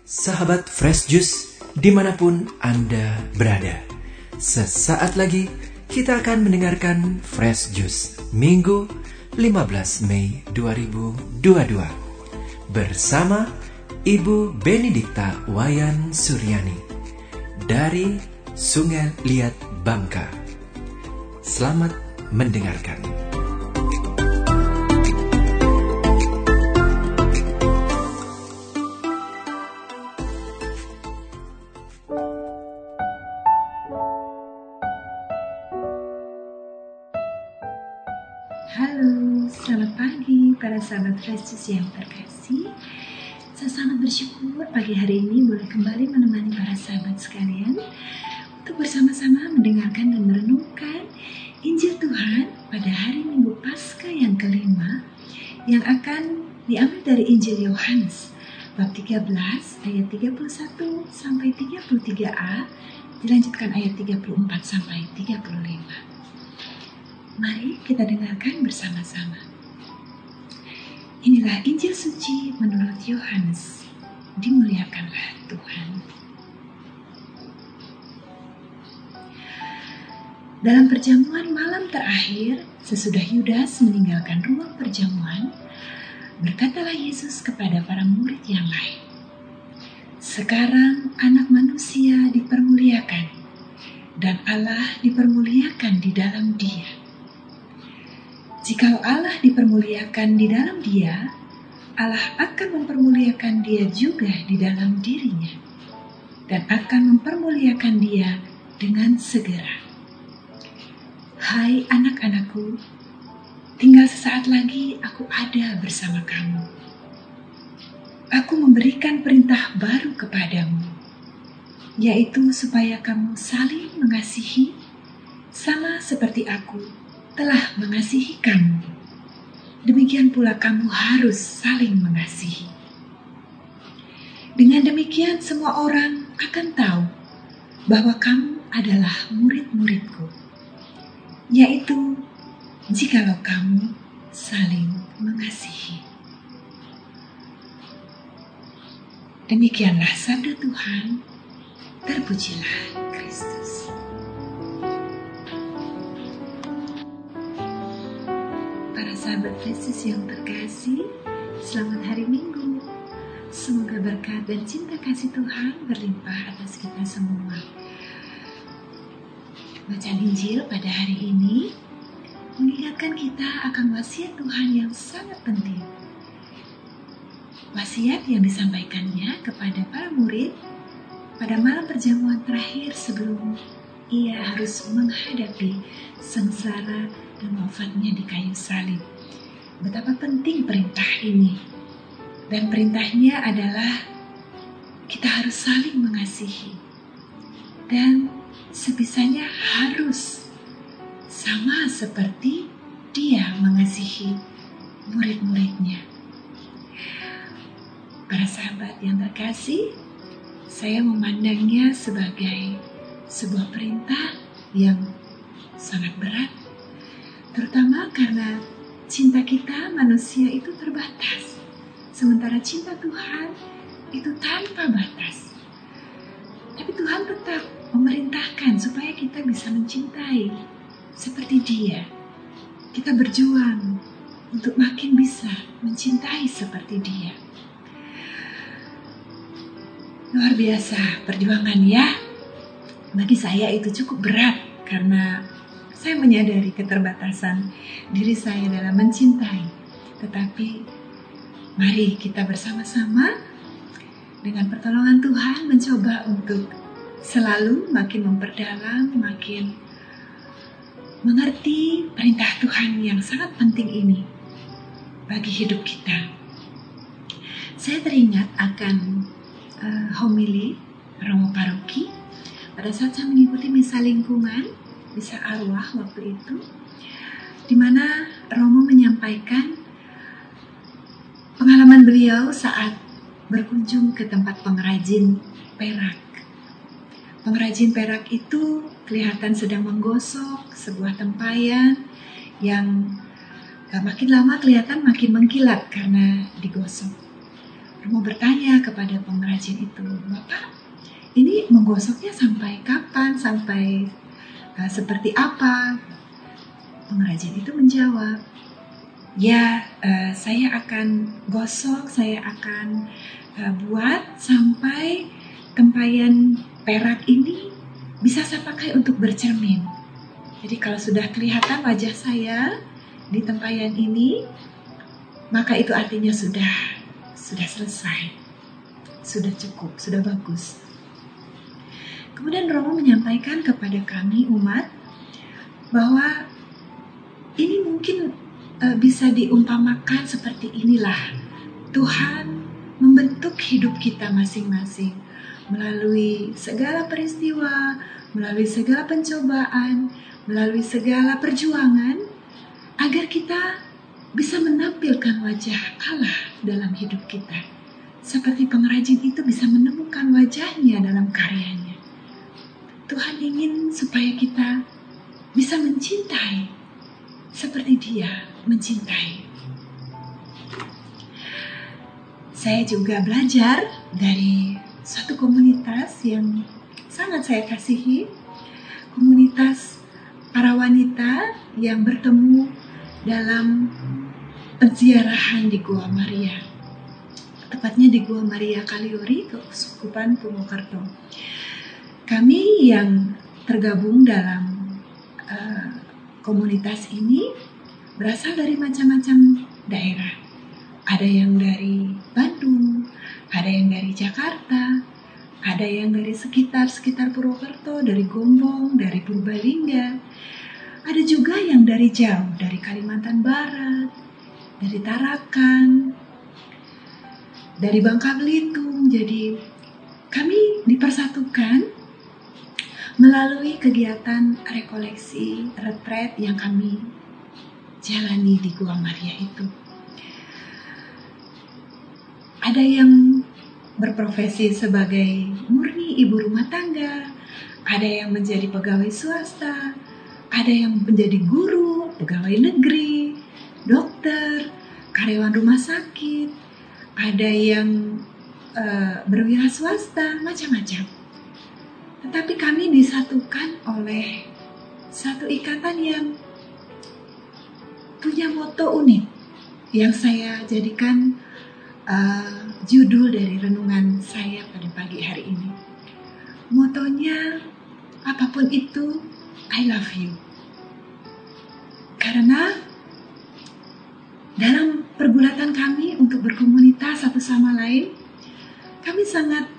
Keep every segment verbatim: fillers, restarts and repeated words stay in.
Sahabat Fresh Juice, dimanapun Anda berada, sesaat lagi kita akan mendengarkan Fresh Juice Minggu lima belas Mei dua ribu dua puluh dua bersama Ibu Benedikta Wayan Suryani dari Sungai Liat, Bangka. Selamat mendengarkan. Halo, selamat pagi para sahabat Fresh Juice yang terkasih. Saya sangat bersyukur pagi hari ini boleh kembali menemani para sahabat sekalian untuk bersama-sama mendengarkan dan merenungkan Injil Tuhan pada hari Minggu Paskah yang kelima yang akan diambil dari Injil Yohanes bab tiga belas ayat tiga puluh satu sampai tiga puluh tiga a, dilanjutkan ayat tiga puluh empat sampai tiga puluh lima. Mari kita dengarkan bersama-sama. Inilah Injil suci menurut Yohanes. Dimuliakanlah Tuhan. Dalam perjamuan malam terakhir, sesudah Yudas meninggalkan ruang perjamuan, berkatalah Yesus kepada para murid yang lain, "Sekarang Anak Manusia dipermuliakan, dan Allah dipermuliakan di dalam Dia. Jikalau Allah dipermuliakan di dalam Dia, Allah akan mempermuliakan Dia juga di dalam dirinya, dan akan mempermuliakan Dia dengan segera. Hai anak-anakku, tinggal sesaat lagi aku ada bersama kamu. Aku memberikan perintah baru kepadamu, yaitu supaya kamu saling mengasihi, sama seperti aku telah mengasihi kamu. Demikian pula kamu harus saling mengasihi. Dengan demikian semua orang akan tahu bahwa kamu adalah murid-muridku, yaitu jikalau kamu saling mengasihi." Demikianlah sabda Tuhan. Terpujilah Kristus. Para sahabat Yesus yang terkasih, selamat hari Minggu. Semoga berkat dan cinta kasih Tuhan berlimpah atas kita semua. Bacaan Injil pada hari ini mengingatkan kita akan wasiat Tuhan yang sangat penting. Wasiat yang disampaikannya kepada para murid pada malam perjamuan terakhir sebelum ia harus menghadapi sengsara dan wafatnya di kayu salib. Betapa penting perintah ini. Dan perintahnya adalah kita harus saling mengasihi. Dan sebisanya harus sama seperti Dia mengasihi murid-muridnya. Para sahabat yang terkasih, saya memandangnya sebagai sebuah perintah yang sangat berat, terutama karena cinta kita manusia itu terbatas, sementara cinta Tuhan itu tanpa batas. Tapi Tuhan tetap memerintahkan supaya kita bisa mencintai seperti Dia. Kita berjuang untuk makin bisa mencintai seperti Dia. Luar biasa perjuangan ya. Bagi saya itu cukup berat karena saya menyadari keterbatasan diri saya dalam mencintai. Tetapi mari kita bersama-sama dengan pertolongan Tuhan mencoba untuk selalu makin memperdalam, makin mengerti perintah Tuhan yang sangat penting ini bagi hidup kita. Saya teringat akan uh, homili Romo Paroki pada saat saya mengikuti misa lingkungan, misa arwah waktu itu, di mana Romo menyampaikan pengalaman beliau saat berkunjung ke tempat pengrajin perak. Pengrajin perak itu kelihatan sedang menggosok sebuah tempayan yang makin lama kelihatan makin mengkilat karena digosok. mau bertanya kepada pengrajin itu, "Bapak, ini menggosoknya sampai kapan? Sampai uh, seperti apa?" Pengrajin itu menjawab, "Ya, uh, saya akan gosok, saya akan uh, buat sampai tempayan perak ini bisa saya pakai untuk bercermin. Jadi kalau sudah kelihatan wajah saya di tempayan ini, maka itu artinya sudah sudah selesai, sudah cukup, sudah bagus." Kemudian Romo menyampaikan kepada kami umat bahwa ini mungkin uh, bisa diumpamakan seperti inilah Tuhan membentuk hidup kita masing-masing melalui segala peristiwa, melalui segala pencobaan, melalui segala perjuangan, agar kita bisa menampilkan wajah Allah dalam hidup kita. Seperti pengrajin itu bisa menemukan wajahnya dalam karyanya. Tuhan ingin supaya kita bisa mencintai seperti Dia mencintai. Saya juga belajar dari suatu komunitas yang sangat saya kasihi, komunitas para wanita yang bertemu dalam penziarahan di Gua Maria, tepatnya di Gua Maria Kaliori, Keuskupan Purwokerto. Kami yang tergabung dalam uh, komunitas ini berasal dari macam-macam daerah. Ada yang dari Bandung, ada yang dari Jakarta, ada yang dari sekitar-sekitar Purwokerto, dari Gombong, dari Purbalingga. Ada juga yang dari jauh, dari Kalimantan Barat, dari Tarakan, dari Bangka Belitung. Jadi kami dipersatukan melalui kegiatan rekoleksi retret yang kami jalani di Gua Maria itu. Ada yang berprofesi sebagai murni ibu rumah tangga, ada yang menjadi pegawai swasta, ada yang menjadi guru, pegawai negeri, dokter, karyawan rumah sakit, ada yang uh, berwira swasta, macam-macam. Tetapi kami disatukan oleh satu ikatan yang punya moto unik yang saya jadikan uh, judul dari renungan saya pada pagi hari ini. Motonya, apapun itu, I love you. Karena dalam pergulatan kami untuk berkomunitas satu sama lain, kami sangat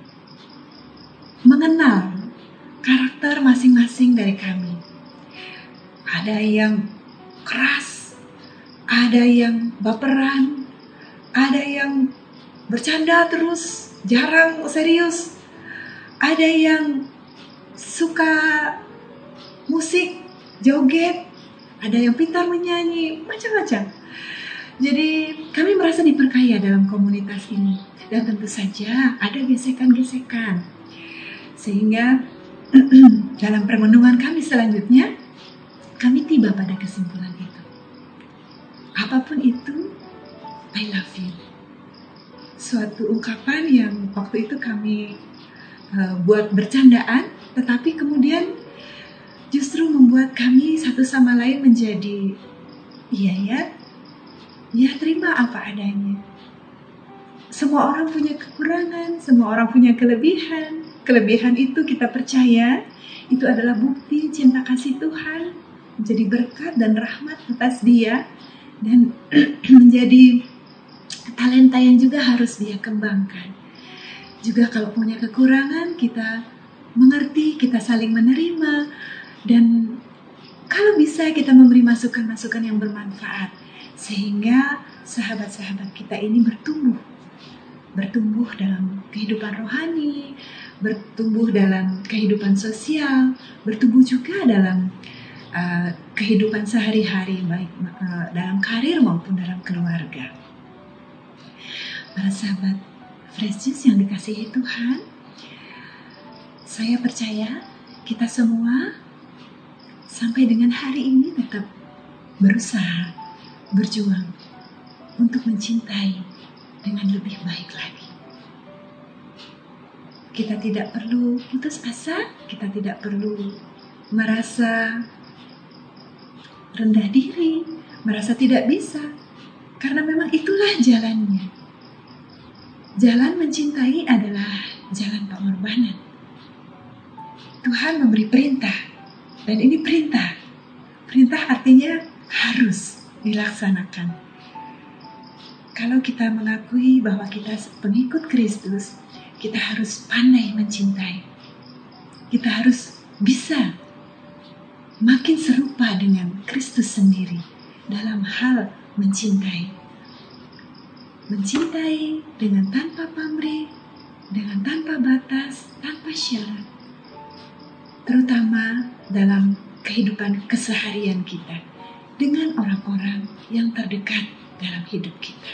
mengenal karakter masing-masing dari kami. Ada yang keras, ada yang baperan, ada yang bercanda terus, jarang serius, ada yang suka musik, joget, ada yang pintar menyanyi, macam-macam. Jadi kami merasa diperkaya dalam komunitas ini. Dan tentu saja ada gesekan-gesekan. Sehingga dalam permenungan kami selanjutnya, kami tiba pada kesimpulan itu. Apapun itu, I love you. Suatu ungkapan yang waktu itu kami uh, buat bercandaan, tetapi kemudian justru membuat kami satu sama lain menjadi, iya ya, ya terima apa adanya. Semua orang punya kekurangan, semua orang punya kelebihan. Kelebihan itu kita percaya, itu adalah bukti cinta kasih Tuhan, menjadi berkat dan rahmat atas Dia, dan menjadi talenta yang juga harus Dia kembangkan. Juga kalau punya kekurangan, kita mengerti, kita saling menerima, dan kalau bisa kita memberi masukan-masukan yang bermanfaat, sehingga sahabat-sahabat kita ini bertumbuh, bertumbuh dalam kehidupan rohani, bertumbuh dalam kehidupan sosial, bertumbuh juga dalam uh, kehidupan sehari-hari, baik uh, dalam karir maupun dalam keluarga. Para sahabat Fresh Juice yang dikasihi Tuhan, saya percaya kita semua sampai dengan hari ini tetap berusaha, berjuang untuk mencintai dengan lebih baik lagi. Kita tidak perlu putus asa, kita tidak perlu merasa rendah diri, merasa tidak bisa, karena memang itulah jalannya. Jalan mencintai adalah jalan pengorbanan. Tuhan memberi perintah, dan ini perintah. Perintah artinya harus dilaksanakan. Kalau kita mengakui bahwa kita pengikut Kristus, kita harus pandai mencintai. Kita harus bisa makin serupa dengan Kristus sendiri dalam hal mencintai. Mencintai dengan tanpa pamrih, dengan tanpa batas, tanpa syarat. Terutama dalam kehidupan keseharian kita dengan orang-orang yang terdekat dalam hidup kita.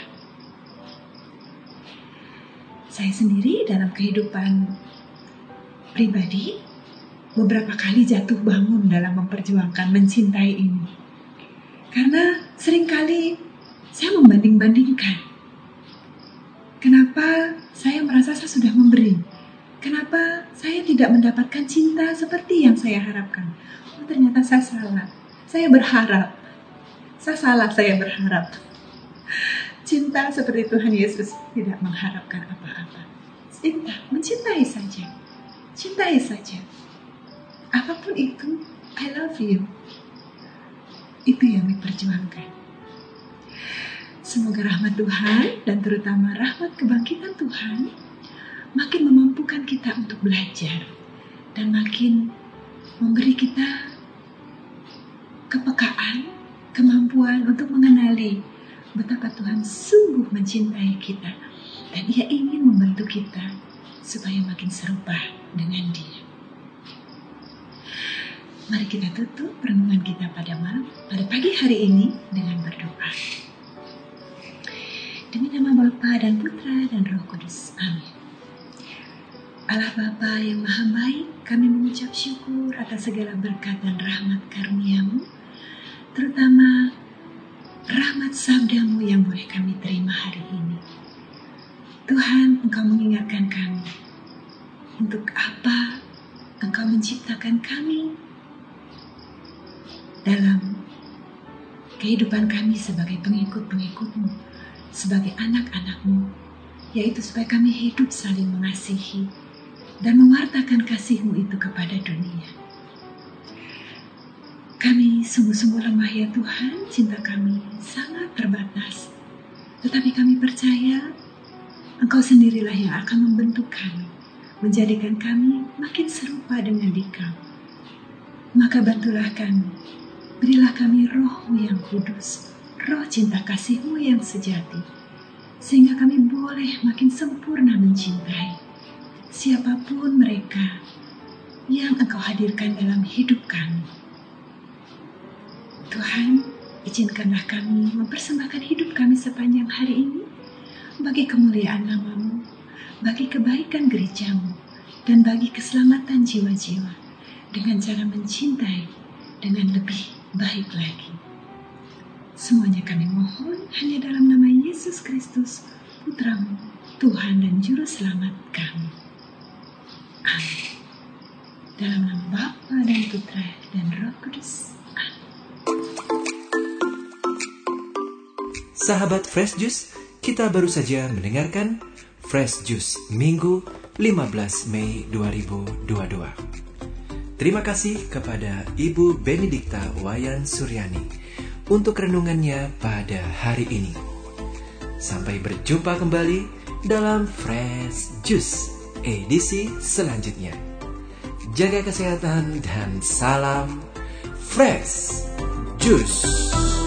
Saya sendiri dalam kehidupan pribadi beberapa kali jatuh bangun dalam memperjuangkan mencintai ini. Karena seringkali saya membanding-bandingkan. Kenapa saya merasa saya sudah memberi? Kenapa saya tidak mendapatkan cinta seperti yang saya harapkan? Oh, ternyata saya salah. Saya berharap. Saya salah, saya berharap. Cinta seperti Tuhan Yesus tidak mengharapkan apa-apa. Cinta, mencintai saja. Cintai saja. Apapun itu, I love you. Itu yang diperjuangkan. Semoga rahmat Tuhan dan terutama rahmat kebangkitan Tuhan makin memampukan kita untuk belajar dan makin memberi kita kepekaan, kemampuan untuk mengenali betapa Tuhan sungguh mencintai kita dan Dia ingin membantu kita supaya makin serupa dengan Dia. Mari kita tutup renungan kita pada malam, pada pagi hari ini dengan berdoa. Demi nama Bapa dan Putra dan Roh Kudus. Amin. Allah Bapa yang Maha Baik, kami mengucap syukur atas segala berkat dan rahmat karunia-Mu, terutama rahmat sabda-Mu yang boleh kami terima hari ini. Tuhan, Engkau mengingatkan kami untuk apa Engkau menciptakan kami dalam kehidupan kami sebagai pengikut-pengikut-Mu, sebagai anak-anak-Mu, yaitu supaya kami hidup saling mengasihi dan mewartakan kasih-Mu itu kepada dunia. Kami sungguh-sungguh lemah ya Tuhan, cinta kami sangat terbatas. Tetapi kami percaya Engkau sendirilah yang akan membentuk kami, menjadikan kami makin serupa dengan Dikau. Maka bantulah kami, berilah kami Roh-Mu yang kudus, roh cinta kasih-Mu yang sejati, sehingga kami boleh makin sempurna mencintai siapapun mereka yang Engkau hadirkan dalam hidup kami. Tuhan, izinkanlah kami mempersembahkan hidup kami sepanjang hari ini bagi kemuliaan nama-Mu, bagi kebaikan gereja-Mu, dan bagi keselamatan jiwa-jiwa dengan cara mencintai dengan lebih baik lagi. Semuanya kami mohon hanya dalam nama Yesus Kristus, Putra-Mu, Tuhan dan Juru Selamat kami. Amin. Dalam nama Bapa dan Putra dan Roh Kudus. Amin. Sahabat Fresh Juice, kita baru saja mendengarkan Fresh Juice Minggu lima belas Mei dua ribu dua puluh dua. Terima kasih kepada Ibu Benedikta Wayan Suryani untuk renungannya pada hari ini. Sampai berjumpa kembali dalam Fresh Juice edisi selanjutnya. Jaga kesehatan dan salam Fresh Juice.